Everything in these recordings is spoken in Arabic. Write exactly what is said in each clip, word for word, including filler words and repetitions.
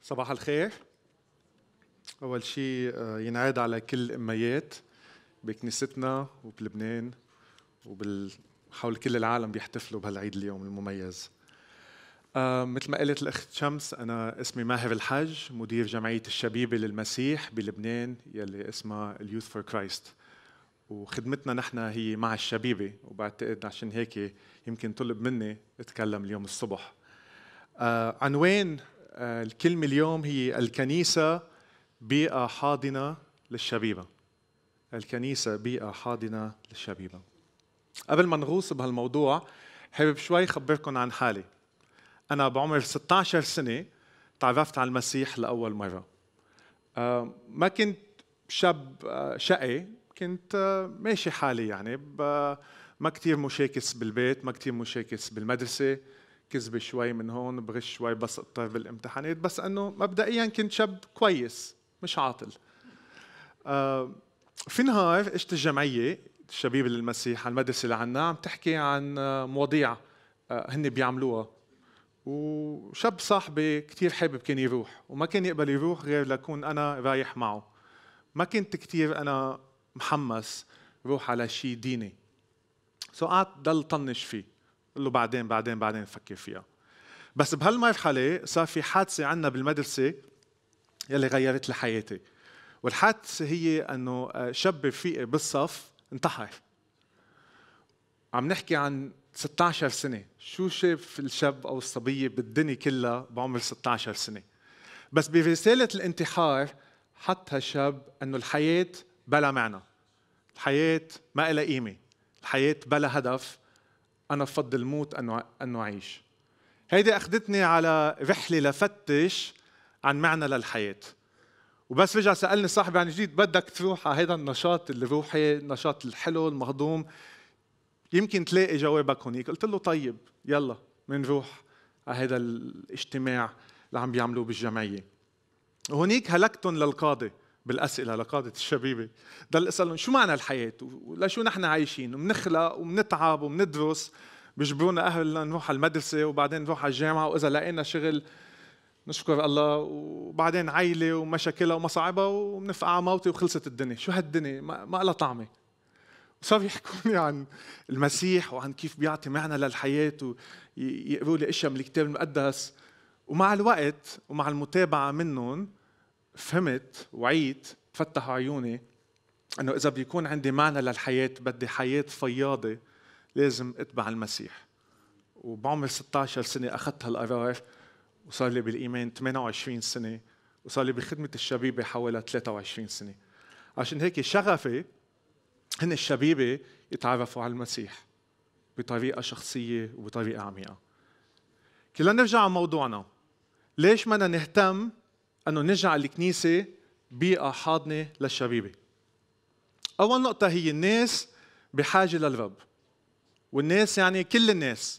صباح الخير. أول شيء ينعاد على كل الأميات بكنيستنا وبلبنان وحول كل العالم بيحتفلوا بهالعيد اليوم المميز. آه مثل ما قالت الأخت شمس، أنا اسمي ماهر الحج، مدير جمعية الشبيبة للمسيح بلبنان يلي اسمها اليوث فور كرايست، وخدمتنا نحن هي مع الشبيبة، وبعتقد عشان هيك يمكن طلب مني أتكلم اليوم الصبح. آه عنوان آه الكلمة اليوم هي الكنيسة بيئة حاضنة للشبيبة. الكنيسة بيئة حاضنة للشبيبة. قبل ما نغوص بهالموضوع حابب شوي خبركم عن حالي. أنا بعمر ستة عشر سنة تعرفت على المسيح لأول مرة. آه ما كنت شاب آه شقي، كنت آه ماشي حالي، يعني ما كتير مشاكس بالبيت، ما كتير مشاكس بالمدرسة، كذبة شوي من هون، بغش شوي بس اضطر بالامتحانات، بس أنه مبدئيا كنت شاب كويس مش عاطل. آه في نهار اجت الجمعية الشبيبة للمسيح على المدرسة اللي عنا عم تحكي عن مواضيع آه هن بيعملوها، وشاب صاحبي كتير حابب كان يروح وما كان يقبل يروح غير لكون أنا رايح معه. ما كنت كتير أنا محمس روح على شيء ديني، سو قعدت ضل طنش فيه، قل له بعدين بعدين بعدين نفكر فيها. بس بهالمرحلة صار في حادثة عنا بالمدرسة يلي غيرت لي حياتي، والحادثة هي أنه شاب رفيقي بالصف انتحر. عم نحكي عن ستة عشر سنة، شو شاف الشاب أو الصبية بالدنيا كلها بعمر ستة عشر سنة؟ بس برسالة الانتحار حط هالشاب أنه الحياة بلا معنى، الحياة ما إلها قيمة، الحياة بلا هدف، أنا بفضل موت أنه أنه أعيش. هيدي أخذتني على رحلة لفتش عن معنى للحياة. وبس رجع سألني صاحبي عن جديد، بدك تروح على هذا النشاط الروحي، النشاط الحلو المهضوم، يمكن تلاقي جوابك هونيك. قلت له طيب يلا منروح على هذا الاجتماع اللي عم بيعملوه بالجمعية. وهونيك هلكتن للقاضي بالأسئلة، لقاضة الشبيبة، ضل اسألهم شو معنى الحياة ولشو نحن عايشين، ومنخلق ومنتعب ومندرس، بيجبرونا أهلنا نروح على المدرسة وبعدين نروح على الجامعة، وإذا لقينا شغل نشكر الله، وبعدين عائلة ومشاكلها ومصاعبها ومنفقع موتي وخلصت الدنيا. شو هالدنيا ما لها طعمة. وصار يحكوني عن المسيح وعن كيف بيعطي معنى للحياة، ويقروا لي اشياء من الكتاب المقدس. ومع الوقت ومع المتابعة منهم فهمت وعيت، فتحوا عيوني انه اذا بيكون عندي معنى للحياة بدي حياة فياضة، لازم اتبع المسيح. وبعمر ستة عشر سنة اخذت هالقرار، وصار لي بالإيمان ثمانية وعشرين سنة، وصار لي بخدمة الشبيبة حوالي ثلاثة وعشرين سنة. عشان هيك شغفي هن الشبيبة يتعرفوا على المسيح بطريقة شخصية وبطريقة عميقة. كلا نرجع على موضوعنا، ليش بدنا نهتم أنه نجعل الكنيسة بيئة حاضنة للشبيبة؟ أول نقطة هي الناس بحاجة للرب، والناس يعني كل الناس،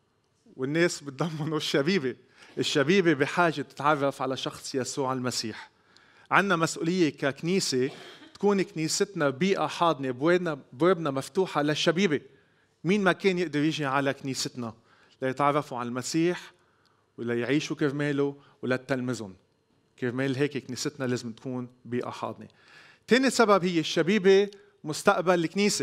والناس بتضمنوا الشبيبة. الشبيبة بحاجة تتعرف على شخص يسوع المسيح. عندنا مسؤولية ككنيسة تكون كنيستنا بيئة حاضنة، بوابنا مفتوحة للشبيبة. مين ما كان يقدر يجي على كنيستنا ليتعرفوا على المسيح ولا يعيشوا كرماله ولا تلمذهم. كرمال هيك كنيستنا لازم تكون بيئة حاضنة. تاني سبب هي الشبيبة مستقبل الكنيسة،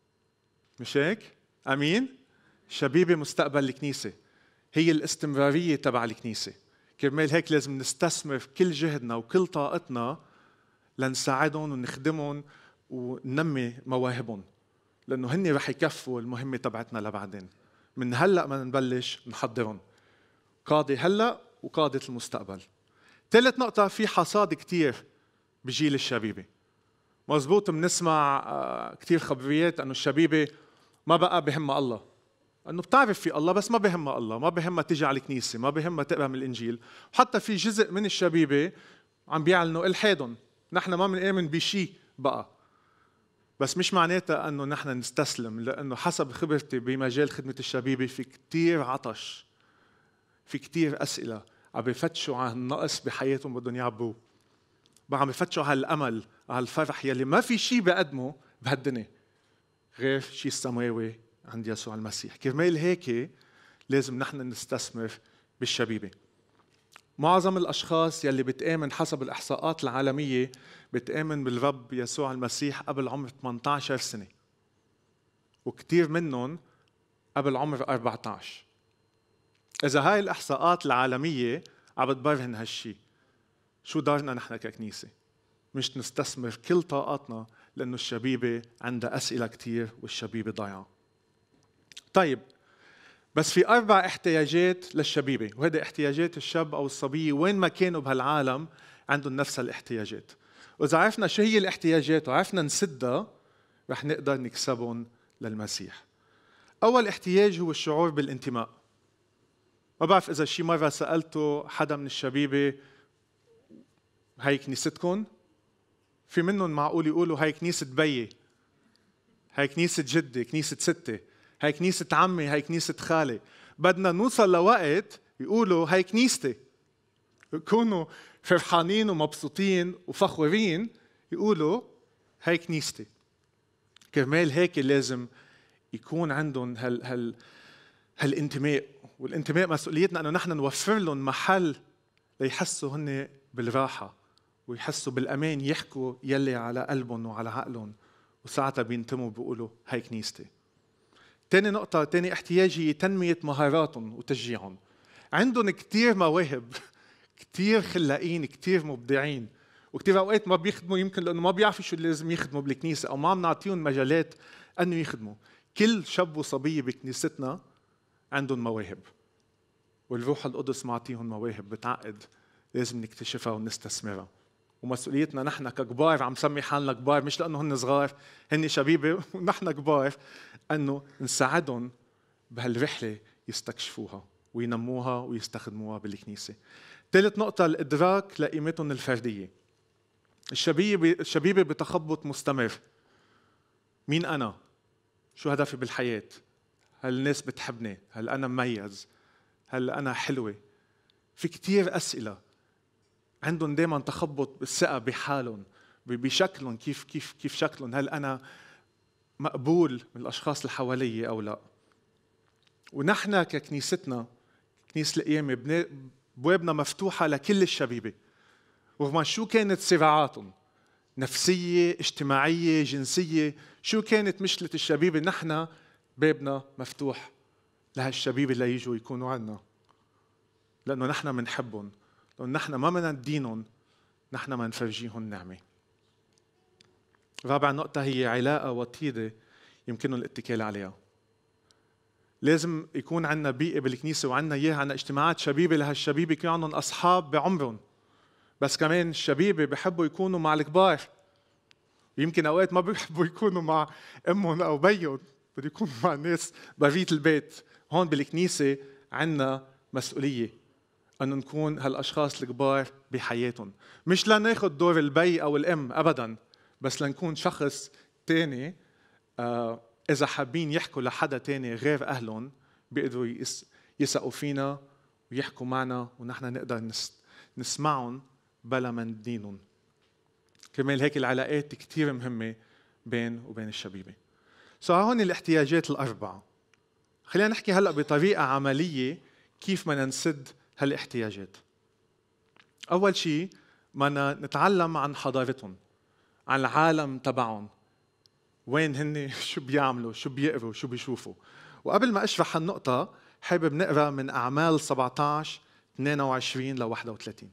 مش هيك؟ أمين؟ الشبيبة مستقبل الكنيسة، هي الاستمرارية تبع الكنيسة. كرمال هيك لازم نستثمر كل جهدنا وكل طاقتنا لنساعدهم ونخدمهم وننمي مواهبهم، لأنه هن رح يكفوا المهمة تبعتنا لبعدين. من هلأ ما نبلش نحضرهم، قادة هلأ وقادة المستقبل. ثالث نقطة، في حصاد كتير بجيل الشبيبة. مزبوط، بنسمع كتير خبريات أنه الشبيبة ما بقى بهمها الله، أنه بتعرف في الله بس ما بهمها الله، ما بهمها تيجي على الكنيسة، ما بهمها تقرأ من الإنجيل. وحتى في جزء من الشبيبة عم بيعلنوا إلحادهم، نحن ما بنآمن بشيء بقى. بس مش معناتها أنه نحن نستسلم، لأنه حسب خبرتي بمجال خدمة الشبيبة في كتير عطش، في كتير أسئلة، عم بيفتشوا عن النقص بحياتهم بدهم يعبوه، عم بيفتشوا على الأمل، على الفرح يلي ما في شيء بقدمه بهالدنيا غير شيء السماوي عند يسوع المسيح. كرمال هيك لازم نحن نستثمر بالشبيبة. معظم الأشخاص يلي بتآمن حسب الإحصاءات العالمية بتآمن بالرب يسوع المسيح قبل عمر ثمانية عشر سنة، وكتير منهم قبل عمر أربعة عشر. إذا هاي الإحصاءات العالمية عم بتبرهن هالشي، شو دارنا نحن ككنيسة؟ مش نستثمر كل طاقاتنا، لأنه الشبيبة عندها أسئلة كتير والشبيبة ضايعة. طيب، بس في أربع احتياجات للشبيبة، وهذه احتياجات الشاب أو الصبية وين ما كانوا بهالعالم عندهم نفس الاحتياجات. وإذا عرفنا شو هي الاحتياجات وعرفنا نسدها رح نقدر نكسبهم للمسيح. أول احتياج هو الشعور بالانتماء. ما بعرف إذا شي مرة سألته حدا من الشبيبة هاي كنيستكم؟ في منهم معقول يقولوا هاي كنيسة بيي، هاي كنيسة جدي، كنيسة ستي، هاي كنيسة عمي، هاي كنيسة خالي. بدنا نوصل لوقت يقولوا هاي كنيستي، يكونوا فرحانين ومبسوطين وفخورين يقولوا هاي كنيستي. كرمال هيك لازم يكون عندهم هال هال هالانتماء، والانتماء مسؤوليتنا انه نحن نوفر لهم محل ليحسوا هن بالراحه ويحسوا بالامان، يحكوا يلي على قلبهم وعلى عقلهم، وساعتها بينتموا بيقولوا هاي كنيستي. تاني نقطة، تاني احتياج هي تنمية مهاراتهم وتشجيعهم. عندهم كتير مواهب، كتير خلاقين، كتير مبدعين، وكتير أوقات ما بيخدموا يمكن لأنه ما بيعرفوا شو اللي لازم يخدموا بالكنيسة أو ما عم نعطيهم مجالات أنه يخدموا. كل شاب وصبية بكنيستنا عندهم مواهب، والروح القدس معطيهم مواهب بتعقد لازم نكتشفها ونستثمرها. ومسؤوليتنا نحن ككبار، عم سمي حالنا كبار مش لأنه هن صغار، هن شبيبة ونحن كبار، أنه نساعدهم بهالرحلة يستكشفوها وينموها ويستخدموها بالكنيسة. ثالث نقطة، الإدراك لقيمتهم الفردية. الشبيبة الشبيبة بتخبط مستمر. مين أنا؟ شو هدفي بالحياة؟ هل الناس بتحبني؟ هل أنا مميز؟ هل أنا حلوة؟ في كتير أسئلة. عندهم دائما تخبط بالثقة بحالهم، بشكلهم، كيف كيف كيف شكلهم، هل أنا مقبول من الأشخاص اللي حوالي أو لا؟ ونحن ككنيستنا كنيسة القيامة بوابنا مفتوحة لكل الشبيبة، رغم شو كانت صراعاتهم نفسية، اجتماعية، جنسية، شو كانت مشكلة الشبيبة، نحن بابنا مفتوح لهالشبيبة اللي يجوا يكونوا عنا، لأنه نحن منحبهم، لأنه نحن ما بدنا ندينهم، نحن ما نفرجيهم نعمة. رابع نقطة هي علاقة وطيدة يمكنهم الاتكال عليها. لازم يكون عنا بيئة بالكنيسة وعنا إياها، عنا اجتماعات شبيبة لهالشبيبة يكون عندهم أصحاب بعمرهم، بس كمان الشبيبة بيحبوا يكونوا مع الكبار، ويمكن أوقات ما بيحبوا يكونوا مع أمهم أو بيهم، بده يكونوا مع الناس برية البيت. هون بالكنيسة عنا مسؤولية أن نكون هالأشخاص الكبار بحياتهم، مش لناخد دور البي أو الأم أبداً، بس لنكون شخص تاني. آه إذا حابين يحكوا لحدا تاني غير أهلهم بيقدروا يثقوا فينا ويحكوا معنا، ونحن نقدر نسمعهم بلا ما ندينهم. كمان هيك العلاقات كتير مهمة بين وبين الشبيبة. سو هون الاحتياجات الأربعة. خلينا نحكي هلأ بطريقة عملية كيف بدنا نسد هالاحتياجات. أول شيء بدنا نتعلم عن حضارتهم، عن العالم تبعهم، وين هن، شو بيعملوا، شو بيقروا، شو بيشوفوا. وقبل ما أشرح هالنقطة حابب نقرأ من أعمال سبعة عشر اثنين وعشرين ل واحد وثلاثين.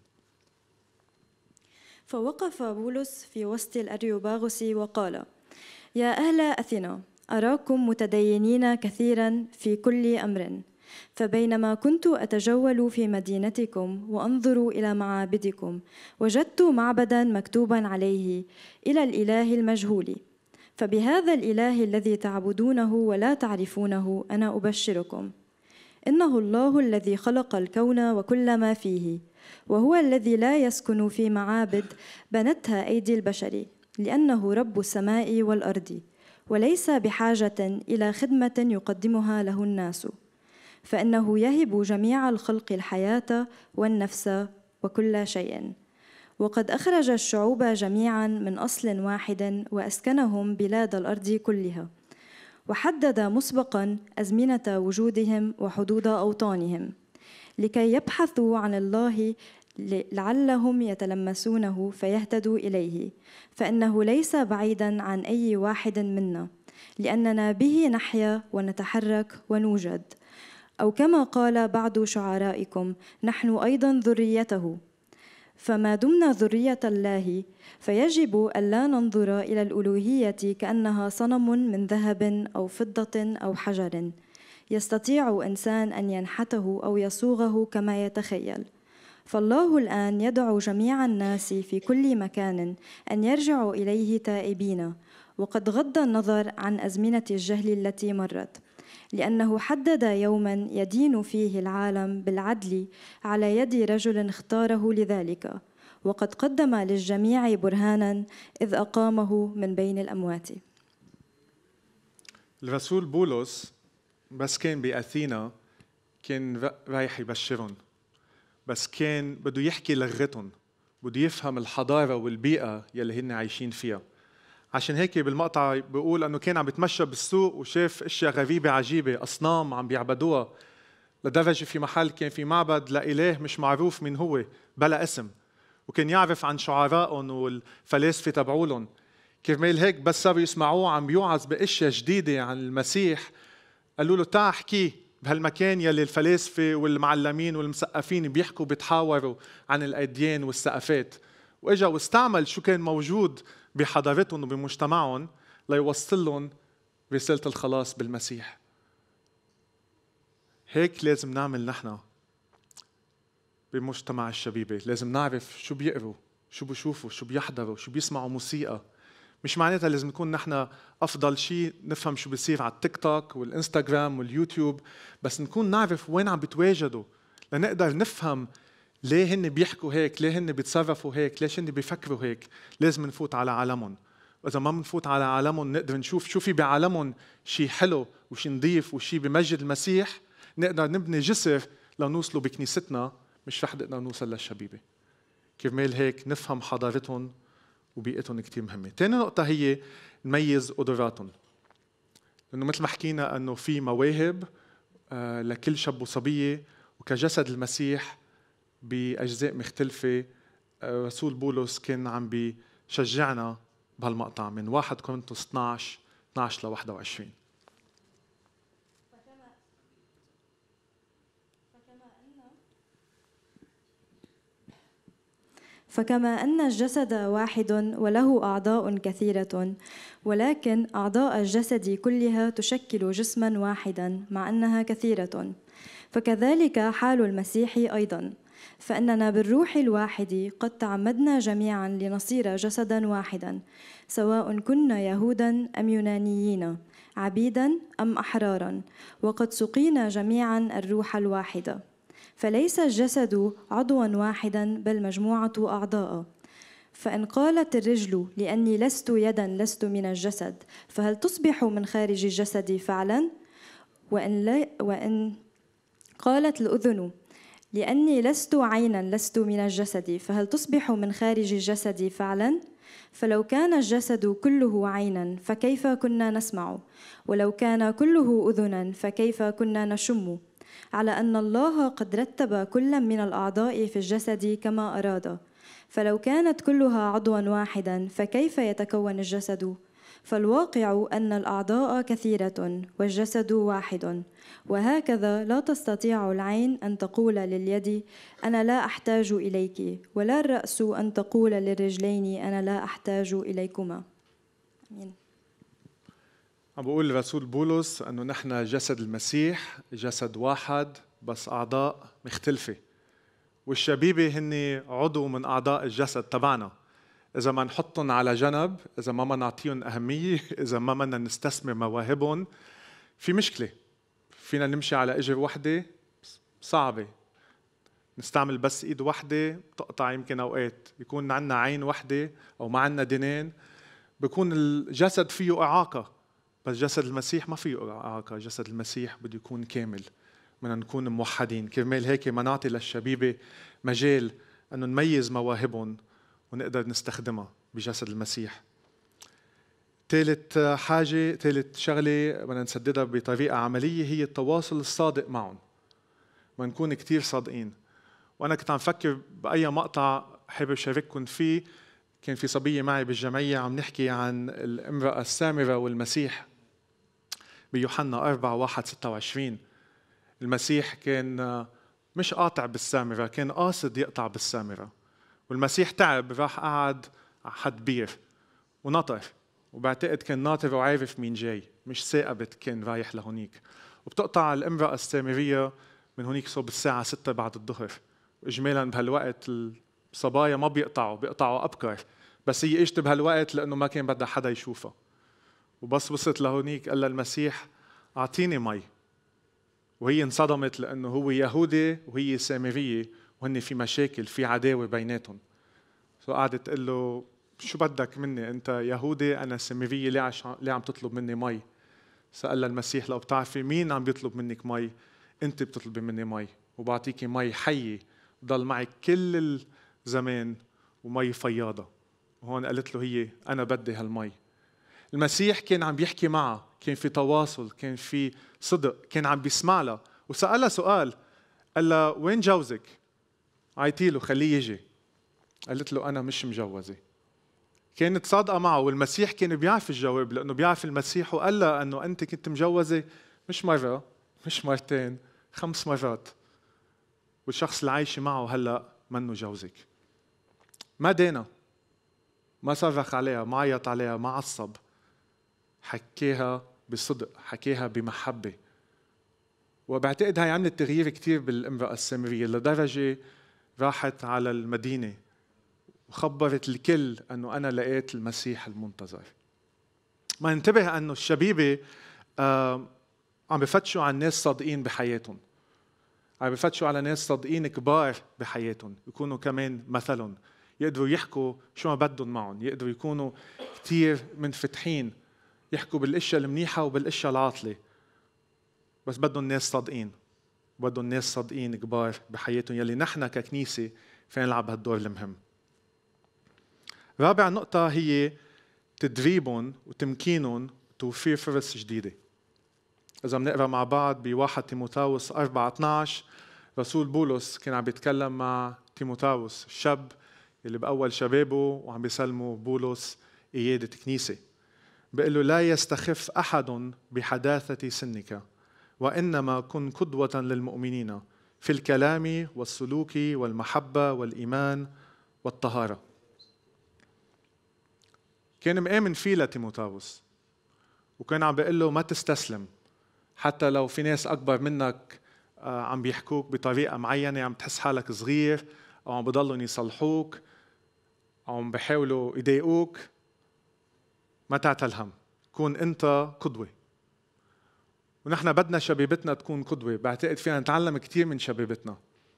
فوقف بولس في وسط الأريوباغوس وقال: يا أهل أثينا، أراكم متدينين كثيرا في كل أمر، فبينما كنت أتجول في مدينتكم وأنظر إلى معابدكم وجدت معبدا مكتوبا عليه: إلى الإله المجهول. فبهذا الإله الذي تعبدونه ولا تعرفونه أنا أبشركم، إنه الله الذي خلق الكون وكل ما فيه، وهو الذي لا يسكن في معابد بنتها أيدي البشر، لأنه رب السماء والأرض، وليس بحاجة إلى خدمة يقدمها له الناس، فإنه يهب جميع الخلق الحياة والنفس وكل شيء. وقد أخرج الشعوب جميعا من أصل واحد وأسكنهم بلاد الأرض كلها، وحدد مسبقا أزمنة وجودهم وحدود أوطانهم، لكي يبحثوا عن الله لعلهم يتلمسونه فيهتدوا إليه، فإنه ليس بعيداً عن أي واحد منا، لأننا به نحيا ونتحرك ونوجد. أو كما قال بعض شعرائكم: نحن أيضاً ذريته. فما دمنا ذرية الله فيجب ألا ننظر إلى الألوهية كأنها صنم من ذهب أو فضة أو حجر يستطيع إنسان أن ينحته أو يصوغه كما يتخيل. فالله الآن يدعو جميع الناس في كل مكان أن يرجعوا إليه تائبين، وقد غض النظر عن أزمنة الجهل التي مرت، لأنه حدد يوماً يدين فيه العالم بالعدل على يد رجل اختاره لذلك، وقد قدم للجميع برهاناً إذ أقامه من بين الأموات. الرسول بولس بس كان بأثينا كان رايح يبشرهم، بس كان بده يحكي لغتهم، بده يفهم الحضارة والبيئة يلي هن عايشين فيها. عشان هيك بالمقطع بيقول أنه كان عم بيتمشى بالسوق وشاف أشياء غريبة عجيبة، أصنام عم بيعبدوها، لدرجة في محل كان في معبد لإله مش معروف من هو بلا اسم، وكان يعرف عن شعرائهم والفلاسفة تبعولهم. كرمال هيك بس صاروا يسمعوه عم بيوعظ بأشياء جديدة عن المسيح، قالوا له تعال احكي بهالمكان يلي الفلاسفة والمعلمين والمثقفين بيحكوا بيتحاوروا عن الأديان والثقافات. واجا واستعمل شو كان موجود بحضارتهم وبمجتمعهم ليوصل لهم رسالة الخلاص بالمسيح. هيك لازم نعمل نحن بمجتمع الشبيبة، لازم نعرف شو بيقروا، شو بيشوفوا، شو بيحضروا، شو بيسمعوا موسيقى. مش معناتها لازم نكون نحن أفضل شيء نفهم شو بيصير على التيك توك والإنستغرام واليوتيوب، بس نكون نعرف وين عم بتواجدوا لنقدر نفهم ليه هن بيحكوا هيك، ليه هن بيتصرفوا هيك، ليش هن بيفكروا هيك. لازم نفوت على عالمهم، وإذا ما بنفوت على عالمهم نقدر نشوف شو في بعالمهم شيء حلو وشيء نظيف وشيء بمجد المسيح، نقدر نبني جسر لنوصلوا بكنيستنا. مش رح نقدر نوصل للشبيبة. كرمال هيك نفهم حضارتهم وبيئتهم كتير مهمة. تاني نقطة هي نميز قدراتهم، لأنه مثل ما حكينا أنه في مواهب آه لكل شاب وصبية، وكجسد المسيح بأجزاء مختلفة. آه رسول بولس كان عم بيشجعنا بهالمقطع من واحد كورنثوس اثنعش اثنعش ل واحد وعشرين. فكما أن الجسد واحد وله أعضاء كثيرة، ولكن أعضاء الجسد كلها تشكل جسماً واحداً مع أنها كثيرة، فكذلك حال المسيح أيضاً. فإننا بالروح الواحد قد تعمدنا جميعاً لنصير جسداً واحداً، سواء كنا يهوداً أم يونانيين، عبيداً أم أحراراً، وقد سقينا جميعاً الروح الواحدة. فليس الجسد عضواً واحداً بل مجموعة أعضاء. فإن قالت الرجل لأني لست يداً لست من الجسد، فهل تصبح من خارج الجسد فعلاً؟ وإن, لا وإن قالت الأذن لأني لست عيناً لست من الجسد، فهل تصبح من خارج الجسد فعلاً؟ فلو كان الجسد كله عيناً فكيف كنا نسمع؟ ولو كان كله أذناً فكيف كنا نشم؟ على أن الله قد رتب كل من الأعضاء في الجسد كما أراد. فلو كانت كلها عضواً واحداً فكيف يتكون الجسد؟ فالواقع أن الأعضاء كثيرة والجسد واحد. وهكذا لا تستطيع العين أن تقول لليد أنا لا أحتاج إليك، ولا الرأس أن تقول للرجلين أنا لا أحتاج إليكما. آمين. عم بقول الرسول بولس أنه نحن جسد المسيح، جسد واحد بس أعضاء مختلفة، والشبيبة هن عضو من أعضاء الجسد تبعنا. إذا ما نحطهم على جنب، إذا ما ما نعطيهم أهمية، إذا ما بدنا نستثمر مواهبهم، في مشكلة. فينا نمشي على إجر وحدة صعبة، نستعمل بس إيد وحدة تقطع. يمكن أوقات يكون عنا عين وحدة أو ما عنا دينين، بيكون الجسد فيه إعاقة. بس جسد المسيح ما فيه إعاقة، جسد المسيح بده يكون كامل، بدنا نكون موحدين. كرمال هيك ما نعطي للشبيبة مجال أنه نميز مواهبهم ونقدر نستخدمها بجسد المسيح. ثالث حاجة، ثالث شغلة بدنا نسددها بطريقة عملية هي التواصل الصادق معهم. ما نكون كتير صادقين. وأنا كنت عم فكر بأي مقطع حابب شارككم فيه. كان في صبية معي بالجمعية عم نحكي عن الامرأة السامرة والمسيح بيوحنا أربعة واحد ستة وعشرين. المسيح كان مش قاطع بالسامرة، كان قاصد يقطع بالسامرة، والمسيح تعب راح قعد على حد بير ونطر، وبعتقد كان ناطر وعارف مين جاي، مش ثاقبت كان رايح لهونيك. وبتقطع الامرأة السامرية من هونيك صوب الساعة ستة بعد الظهر. إجمالا بهالوقت الصبايا ما بيقطعوا، بيقطعوا أبكر، بس هي اجت بهالوقت لأنه ما كان بدها حدا يشوفها. وبس وصلت لهونيك قال لها المسيح أعطيني مي، وهي انصدمت لأنه هو يهودي وهي سامرية وهن في مشاكل، في عداوة بيناتهم. فقعدت تقول له شو بدك مني؟ أنت يهودي أنا سامرية، ليه, عش... ليه عم تطلب مني مي؟ سأل المسيح لو بتعرفي مين عم بيطلب منك مي، أنت بتطلبي مني مي وبعطيكي مي حية ضل معك كل الزمان ومي فياضة. وهون قالت له هي أنا بدي هالمي. المسيح كان عم بيحكي معها، كان في تواصل، كان في صدق، كان عم بيسمع لها. وسألها سؤال، قال لها وين جوزك؟ عيطي له خليه يجي. قالت له أنا مش مجوزة. كانت صادقة معه، والمسيح كان بيعرف الجواب لأنه بيعرف المسيح، وقال لها أنه أنت كنت مجوزة مش مرة مش مرتين، خمس مرات، والشخص اللي عايشة معه هلأ منه جوزك. ما دينا، ما صرخ عليها، ما عيط عليها، ما عصب، حكيها بصدق، حكيها بمحبة. وبعتقد هاي عملت تغيير كتير بالامرأة السامرية، لدرجة راحت على المدينة وخبرت الكل أنه أنا لقيت المسيح المنتظر. ما ننتبه أنه الشبيبة آه عم بفتشوا عن ناس صادقين بحياتهم، عم بفتشوا على ناس صادقين كبار بحياتهم، يكونوا كمان مثلهم، يقدروا يحكوا شو ما بدهم معهم، يقدروا يكونوا كتير منفتحين، يحكوا بالاشياء المنيحة وبالاشياء العاطلة، بس بدهم ناس صادقين، بدهم ناس صادقين كبار بحياتهم يلي نحن ككنيسة فين نلعب هالدور المهم. رابع نقطة هي تدريبهم وتمكينهم وتوفير فرص جديدة. إذا بنقرأ مع بعض بواحد تيموثاوس أربعة اثناعش، رسول بولس كان عم بيتكلم مع تيموثاوس الشاب اللي بأول شبابه وعم بيسلموا بولس قيادة كنيسة. بيقول له لا يستخف أحد بحداثة سنك، وإنما كن قدوة للمؤمنين في الكلام والسلوك والمحبة والإيمان والطهارة. كان مآمن فيه لتيموثاوس، وكان عم بيقول له ما تستسلم، حتى لو في ناس أكبر منك عم بيحكوك بطريقة معينة، عم تحس حالك صغير أو عم بضلوا يصلحوك أو عم بيحاولوا يضايقوك، ما تعتل هم، كون أنت قدوة. ونحن بدنا شبيبتنا تكون قدوة، بعتقد فينا نتعلم كتير من شبيبتنا،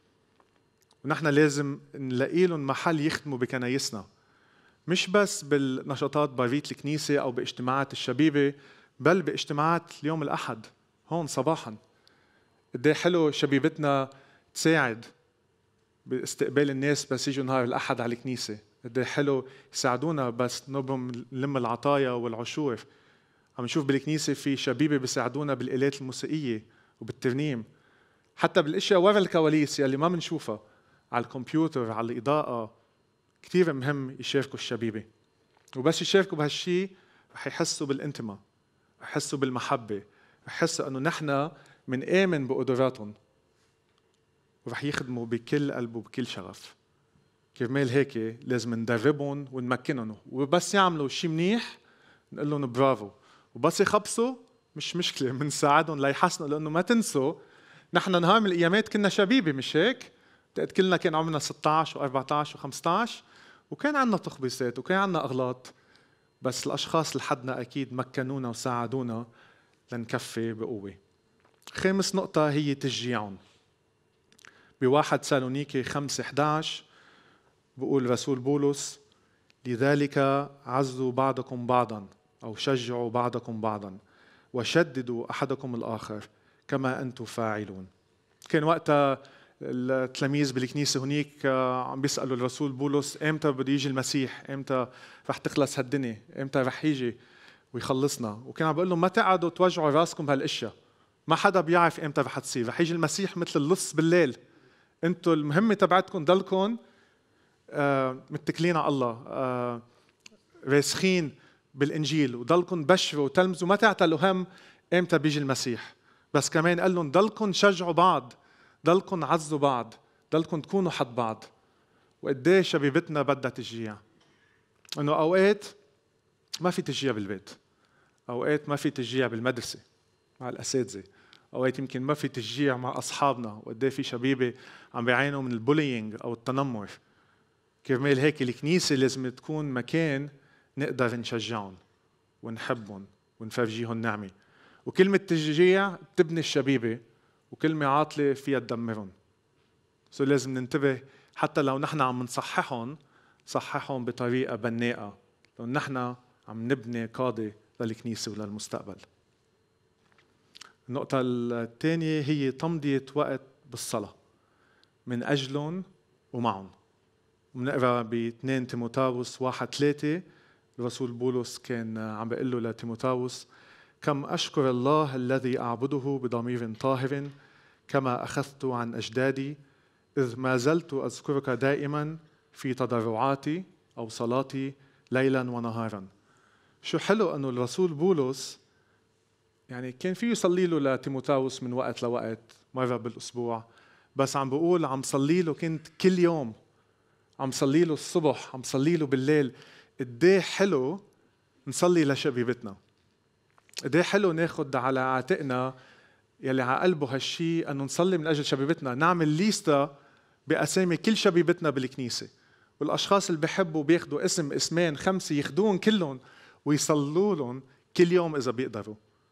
ونحن لازم نلاقي لهم محل يخدموا بكنايسنا، مش بس بالنشاطات بريت الكنيسة أو باجتماعات الشبيبة، بل باجتماعات اليوم الأحد هون صباحاً. قد ايه حلو شبيبتنا تساعد باستقبال الناس بس يجوا نهار الأحد على الكنيسة، قد ايه حلو يساعدونا بس نبهم نلم العطايا والعشور. عم نشوف بالكنيسة في شبيبة بيساعدونا بالآلات الموسيقية وبالترنيم، حتى بالاشياء ورا الكواليس يلي ما بنشوفها على الكمبيوتر، على الإضاءة. كتير مهم يشاركوا الشبيبة، وبس يشاركوا بهالشي رح يحسوا بالانتماء، رح يحسوا بالمحبة، رح يحسوا أنه نحن من آمن بقدراتهم، ورح يخدموا بكل قلب وبكل شغف. كرمال هيك لازم ندربهم ونمكنهم، وبس يعملوا شي منيح نقول لهم برافو، وبس يخبصوا مش مشكلة، منساعدهم ليحسنوا. لأنه ما تنسوا نحن نهار من الأيامات كنا شبيبة، مش هيك؟ تقد كلنا كان عمرنا ستة عشر وأربعة عشر وخمسة عشر، وكان عنا تخبيصات وكان عنا أغلاط، بس الأشخاص اللي حدنا أكيد مكنونا وساعدونا لنكفي بقوة. خامس نقطة هي تشجيعهم. بواحد سالونيكي خمسة إحدى عشر بقول رسول بولس لذلك عزوا بعضكم بعضا أو شجعوا بعضكم بعضا وشددوا أحدكم الآخر كما أنتم فاعلون. كان وقتها التلاميذ بالكنيسة هنيك عم بيسألوا الرسول بولس امتى بده يجي المسيح، امتى رح تخلص هالدنيا، امتى رح يجي ويخلصنا. وكان عم بقول لهم ما تقعدوا توجعوا راسكم بهالاشياء، ما حدا بيعرف امتى رح تصير. رح يجي المسيح مثل اللص بالليل. انتوا المهمة تبعتكم ضلكم آه متكلين على الله، آه راسخين بالإنجيل، وضلكم بشروا وتلمذوا، ما تعتلوا هم امتى بيجي المسيح. بس كمان قال لهم ضلكم شجعوا بعض، ضلكم عزوا بعض، ضلكم تكونوا حد بعض. وقديه شبيبتنا بدها تشجيع. انه اوقات ما في تشجيع بالبيت، اوقات ما في تشجيع بالمدرسة مع الأساتذة، اوقات يمكن ما في تشجيع مع أصحابنا، وقديه في شبيبة عم بيعانوا من البولينج أو التنمر. كرمال هيك الكنيسة لازم تكون مكان نقدر نشجعهم ونحبهم ونفرجيهم نعمة. وكلمة تشجيع بتبني الشبيبة، وكلمة عاطلة فيها تدمرهم. سو لازم ننتبه حتى لو نحن عم نصححهم، صححهم بطريقة بناءة، لو نحن عم نبني قادة للكنيسة وللمستقبل. النقطة الثانية هي تمضية وقت بالصلاة من أجلهم ومعهم. بنقرا باثنين تيموثاوس واحد ثلاثة، الرسول بولس كان عم بيقول له لتيموثاوس: كم أشكر الله الذي أعبده بضمير طاهر كما أخذت عن أجدادي، إذ ما زلت أذكرك دائما في تضرعاتي أو صلاتي ليلا ونهارا. شو حلو أنه الرسول بولس يعني كان فيه يصلي له لتيموثاوس من وقت لوقت مرة بالأسبوع، بس عم بقول عم صلي له كنت كل يوم، عم صلي له الصبح، عم صلي له بالليل. قديه حلو نصلي لشبيبتنا، قديه حلو ناخد على عاتقنا يلي على قلبه هالشي، أنه نصلي من أجل شبيبتنا، نعمل ليستا بأسامي كل شبيبتنا بالكنيسة، والأشخاص اللي بيحبوا بياخدوا اسم اسمين خمسة ياخدوهم كلهم ويصلوا لهم كل يوم إذا بيقدروا.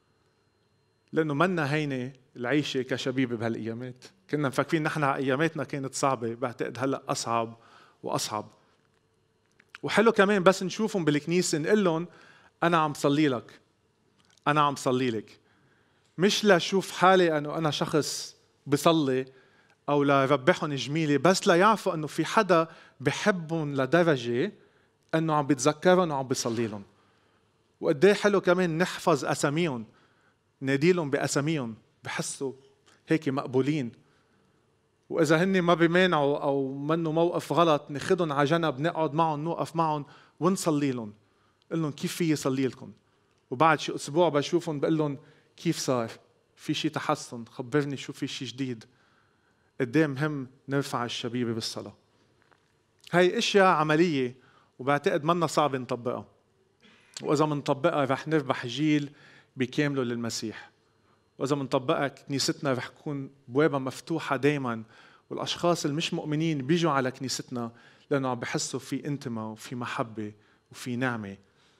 لأنه منا هينة العيشة كشبيبة بهالأيامات. كنا مفكرين نحن أياماتنا كانت صعبة، بعتقد هلأ أصعب وأصعب. وحلو كمان بس نشوفهم بالكنيسة نقول لهم أنا عم صلي لك، أنا عم صلي لك، مش لشوف حالي أنه أنا شخص بصلي أو لربحهم جميلة، بس ليعرفوا أنه في حدا بحبهم لدرجة أنه عم بيتذكرهم وعم بيصلي لهم. وقديه حلو كمان نحفظ أساميهم، ناديلهم بأساميهم، بحسوا هيك مقبولين. وإذا هن ما بيمانعوا أو منه موقف غلط ناخدهم على جنب، نقعد معهم، نوقف معهم ونصلي لهم، قل لهم كيف في يصلي لكم. وبعد شي أسبوع بشوفهم بقول لهم كيف صار، في شي تحسن، خبرني شو في شي جديد. قديه مهم نرفع الشبيبة بالصلاة. هاي اشياء عملية وبعتقد منا صعب نطبقها، وإذا منطبقها رح نربح جيل بكامله للمسيح. وإذا منطبقها كنيستنا رح تكون بوابة مفتوحة دايما، والأشخاص اللي مش مؤمنين بيجوا على كنيستنا لأنه عم بحسوا في انتماء وفي محبة وفي نعمة.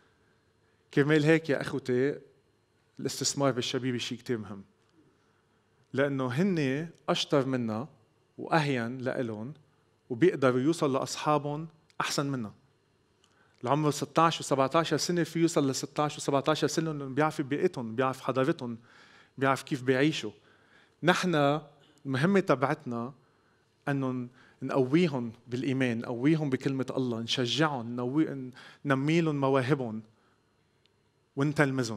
كرمال هيك يا أخوتي الاستثمار بالشبيبة شيء كتير مهم، لأنه هن أشطر منا وأهين لإلهم وبيقدروا يوصلوا لأصحابهم أحسن منا. العمر ستة عشر وسبعة عشر سنة في يوصل ل ستة عشر وسبعة عشر سنة إنه بيعرف بيئتهم، بيعرف حضارتهم، بيعرف كيف بيعيشوا. نحن المهمة تبعتنا أنه نقويهم بالإيمان، نقويهم بكلمة الله، نشجعهم، ننمي لهم مواهبهم ونتلمذهم،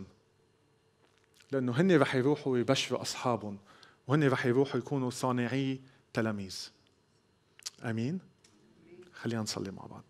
لأنه هن رح يروحوا يبشروا أصحابهم، وهن رح يروحوا يكونوا صانعي تلاميذ. آمين. خلينا نصلي مع بعض.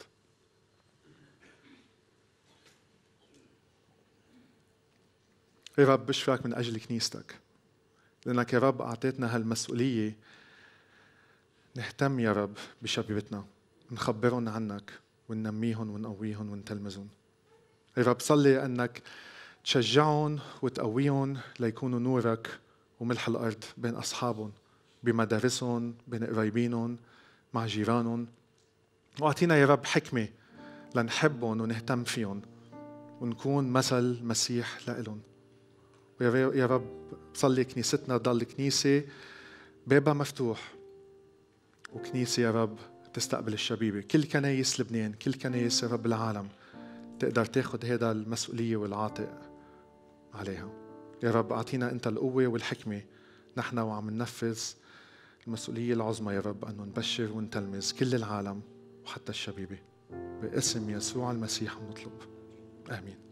يا رب بشكرك من أجل كنيستك، لأنك يا رب أعطيتنا هالمسؤولية نهتم يا رب بشبيبتنا، نخبرهم عنك وننميهم ونقويهم ونتلمذهم. يا رب صلي أنك تشجعهم وتقويهم ليكونوا نورك وملح الأرض بين أصحابهم، بمدارسهم، بين قرايبينهم، مع جيرانهم. وأعطينا يا رب حكمة لنحبهم ونهتم فيهم ونكون مثل مسيح لإلهم. ويا رب بصلي كنيستنا ضل كنيسة بابها مفتوح، وكنيسة يا رب تستقبل الشبيبة. كل كنايس لبنان، كل كنايس يا رب العالم تقدر تاخد هذا المسؤولية والعاتق عليها. يا رب أعطينا أنت القوة والحكمة نحن وعم ننفذ المسؤولية العظمى يا رب أنه نبشر ونتلمذ كل العالم وحتى الشبيبة. باسم يسوع المسيح نطلب، آمين.